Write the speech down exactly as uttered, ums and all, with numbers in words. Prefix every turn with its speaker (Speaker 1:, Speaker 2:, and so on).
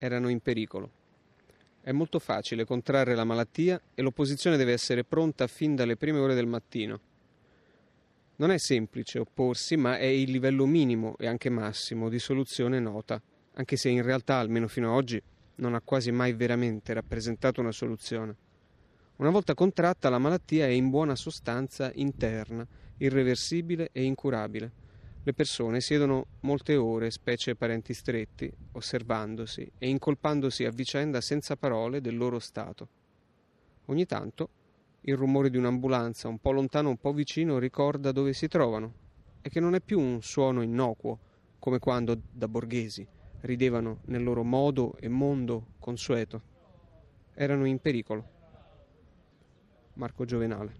Speaker 1: erano in pericolo. È molto facile contrarre la malattia e l'opposizione deve essere pronta fin dalle prime ore del mattino. Non è semplice opporsi, ma è il livello minimo e anche massimo di soluzione nota, anche se in realtà, almeno fino ad oggi, non ha quasi mai veramente rappresentato una soluzione. Una volta contratta, la malattia è in buona sostanza interna, irreversibile e incurabile. Le persone siedono molte ore, specie parenti stretti, osservandosi e incolpandosi a vicenda senza parole del loro stato. Ogni tanto il rumore di un'ambulanza un po' lontano, un po' vicino, ricorda dove si trovano e che non è più un suono innocuo, come quando, da borghesi, ridevano nel loro modo e mondo consueto. Erano in pericolo. Marco Giovenale.